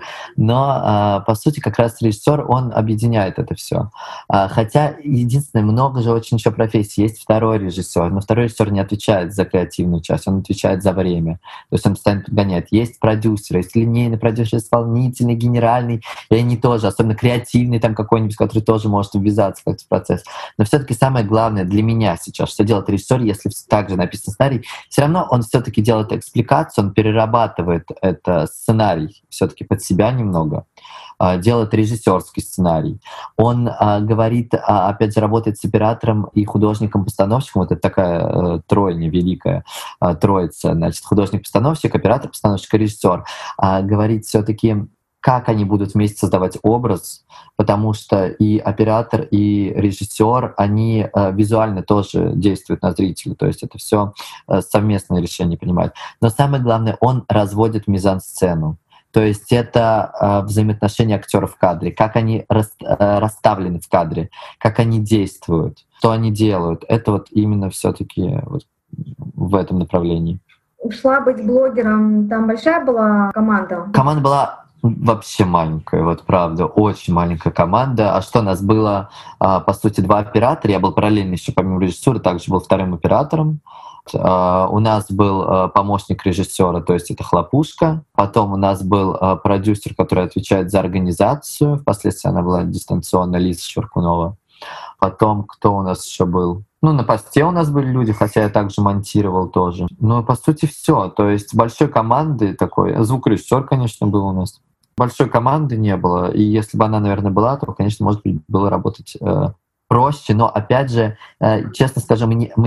Но, по сути, как раз режиссер, он объединяет это все. Хотя, единственное, много же очень еще профессий. Есть второй режиссер, но второй режиссер не отвечает за креативную часть, он отвечает за время. То есть он постоянно подгоняет. Есть продюсер, есть линейный продюсер, исполнительный, генеральный, и они тоже, особенно креативный там какой-нибудь, который тоже может ввязаться как-то в процесс. Но все-таки самое главное для меня сейчас, что делает режиссер, если также написан сценарий, все равно он все-таки делает экспликацию, он перерабатывает это сценарий все-таки под себя немного, делает режиссерский сценарий. Он говорит, опять же, работает с оператором и художником-постановщиком. Вот это такая тройня великая, троица. Значит, художник-постановщик, оператор-постановщик и режиссер. Говорит все-таки, как они будут вместе создавать образ, потому что и оператор, и режиссер, они визуально тоже действуют на зрителя, то есть это все совместное решение принимают. Но самое главное, он разводит мизансцену. То есть это взаимоотношения актеров в кадре, как они расставлены в кадре, как они действуют, что они делают. Это именно все-таки в этом направлении. Ушла быть блогером, там большая была команда? Команда была вообще маленькая, правда, очень маленькая команда. А что у нас было, по сути, 2 оператора. Я был параллельно еще помимо режиссуры, также был вторым оператором. У нас был помощник режиссера, то есть это Хлопушка. Потом у нас был продюсер, который отвечает за организацию. Впоследствии она была дистанционно, Лиза Шваркунова. Потом, кто у нас еще был? Ну, на посте у нас были люди, хотя я также монтировал тоже. Но по сути все. То есть большой команды такой, звукорежиссер, конечно, был у нас. Большой команды не было. И если бы она, наверное, была, то, конечно, может быть, было работать проще. Но опять же, честно скажу,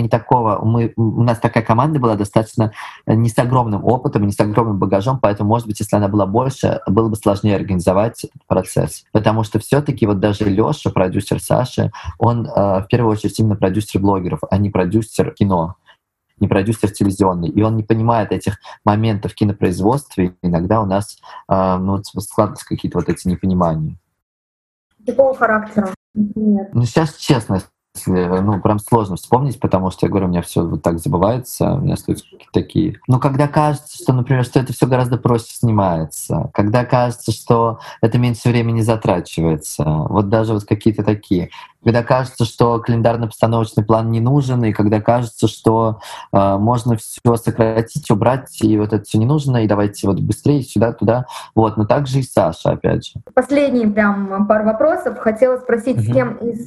у нас такая команда была достаточно не с огромным опытом, не с огромным багажом, поэтому, может быть, если она была больше, было бы сложнее организовать этот процесс. Потому что все-таки вот даже Лёша, продюсер Саши, он в первую очередь именно продюсер блогеров, а не продюсер кино, не продюсер телевизионный. И он не понимает этих моментов в кинопроизводстве. И иногда у нас складываются какие-то вот эти непонимания. Какого характера? Нет. Ну, сейчас честно, прям сложно вспомнить, потому что, я говорю, у меня все вот так забывается, у меня остаются какие-то такие. Но когда кажется, что, например, что это все гораздо проще снимается, когда кажется, что это меньше времени затрачивается, вот даже вот какие-то такие. Когда кажется, что календарно-постановочный план не нужен, и когда кажется, что можно все сократить, убрать, и вот это все не нужно, и давайте вот быстрее сюда, туда. Вот, но также и Саша, опять же. Последние прям пару вопросов. Хотела спросить, с кем из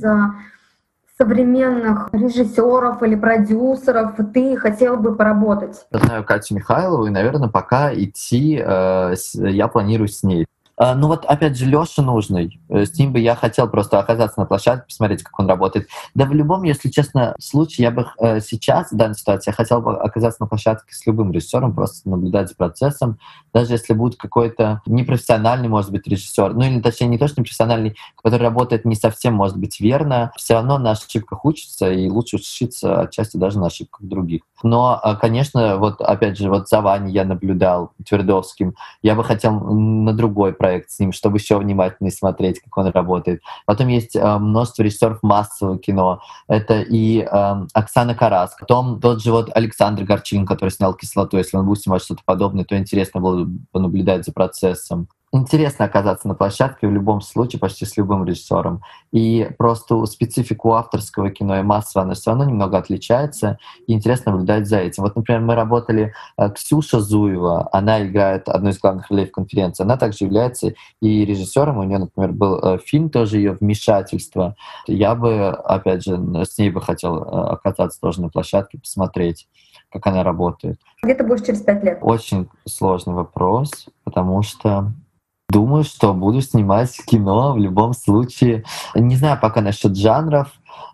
современных режиссеров или продюсеров ты хотел бы поработать? Я знаю Катю Михайлову, и, наверное, пока идти я планирую с ней. Ну вот, опять же, Лёша нужный. С ним бы я хотел просто оказаться на площадке, посмотреть, как он работает. Да в любом, если честно, случае я бы сейчас, в данной ситуации, я хотел бы оказаться на площадке с любым режиссером, просто наблюдать за процессом. Даже если будет какой-то непрофессиональный, может быть, режиссер, ну или точнее не то, что непрофессиональный, который работает не совсем, может быть, верно, все равно на ошибках учится, и лучше учиться отчасти даже на ошибках других. Но, конечно, вот опять же, вот за Ваней я наблюдал, Твердовским, я бы хотел на другой проект с ним, чтобы еще внимательнее смотреть, как он работает. Потом есть множество режиссеров массового кино. Это и Оксана Карас. Потом тот же вот Александр Горчилин, который снял «Кислоту». Если он будет снимать что-то подобное, то интересно было бы понаблюдать за процессом. Интересно оказаться на площадке в любом случае, почти с любым режиссером. И просто специфику авторского кино и массового, она все равно немного отличается, и интересно наблюдать за этим. Вот, например, мы работали, Ксюша Зуева, она играет одну из главных ролей в конференции, она также является и режиссером, у нее, например, был фильм тоже ее «Вмешательство». Я бы, опять же, с ней бы хотел оказаться тоже на площадке, посмотреть, как она работает. Где ты будешь через 5 лет? Очень сложный вопрос, потому что думаю, что буду снимать кино в любом случае. Не знаю пока насчет жанров,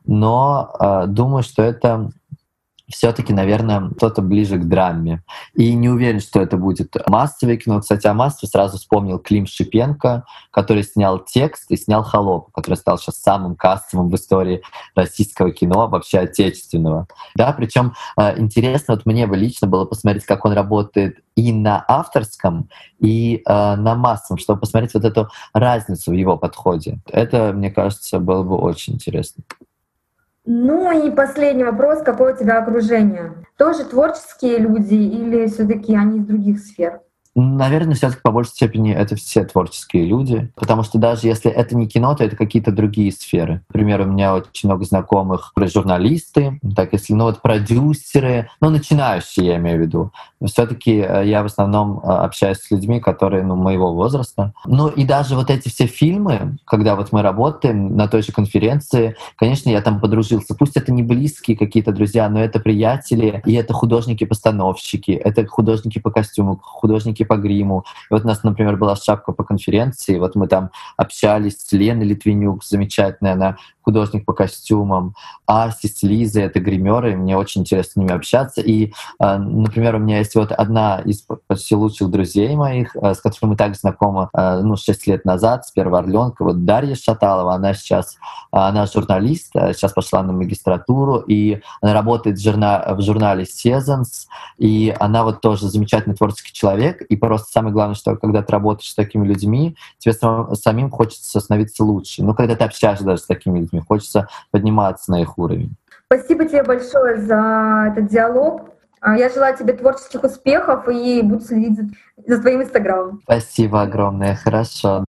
но думаю, что это все-таки, наверное, что-то ближе к драме. И не уверен, что это будет массовое кино. Кстати, о массове сразу вспомнил Клим Шипенко, который снял «Текст» и снял «Холоп», который стал сейчас самым кассовым в истории российского кино, вообще отечественного. Да, причем интересно, вот мне бы лично было посмотреть, как он работает и на авторском, и на массовом, чтобы посмотреть вот эту разницу в его подходе. Это, мне кажется, было бы очень интересно. Ну и последний вопрос. Какое у тебя окружение? Тоже творческие люди или все-таки они из других сфер? Наверное, все-таки по большей степени это все творческие люди, потому что даже если это не кино, то это какие-то другие сферы. Например, у меня очень много знакомых журналисты, так если, продюсеры, начинающие, я имею в виду. Все-таки я в основном общаюсь с людьми, которые, моего возраста. Ну и даже вот эти все фильмы, когда вот мы работаем на той же конференции, конечно, я там подружился. Пусть это не близкие какие-то друзья, но это приятели, и это художники-постановщики, это художники по костюму, художники по гриму. И вот у нас, например, была шапка по конференции, вот мы там общались с Леной Литвинюк, замечательная, она художник по костюмам, Аси с Лизой, это гримеры, мне очень интересно с ними общаться. И, например, у меня есть вот одна из почти лучших друзей моих, с которой мы также знакомы 6 лет назад, с первого Орленка, вот Дарья Шаталова, она журналист, сейчас пошла на магистратуру, и она работает в журнале Seasons, и она вот тоже замечательный творческий человек, и просто самое главное, что когда ты работаешь с такими людьми, тебе самим хочется становиться лучше. Когда ты общаешься даже с такими людьми, хочется подниматься на их уровень. Спасибо тебе большое за этот диалог. Я желаю тебе творческих успехов и буду следить за твоим инстаграмом. Спасибо огромное, хорошо.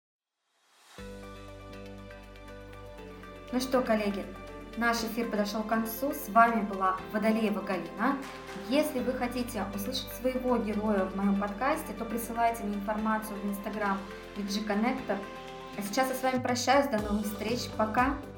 Ну что, коллеги, наш эфир подошел к концу. С вами была Водолеева Галина. Если вы хотите услышать своего героя в моем подкасте, то присылайте мне информацию в инстаграм VG Connector. А сейчас я с вами прощаюсь. До новых встреч. Пока!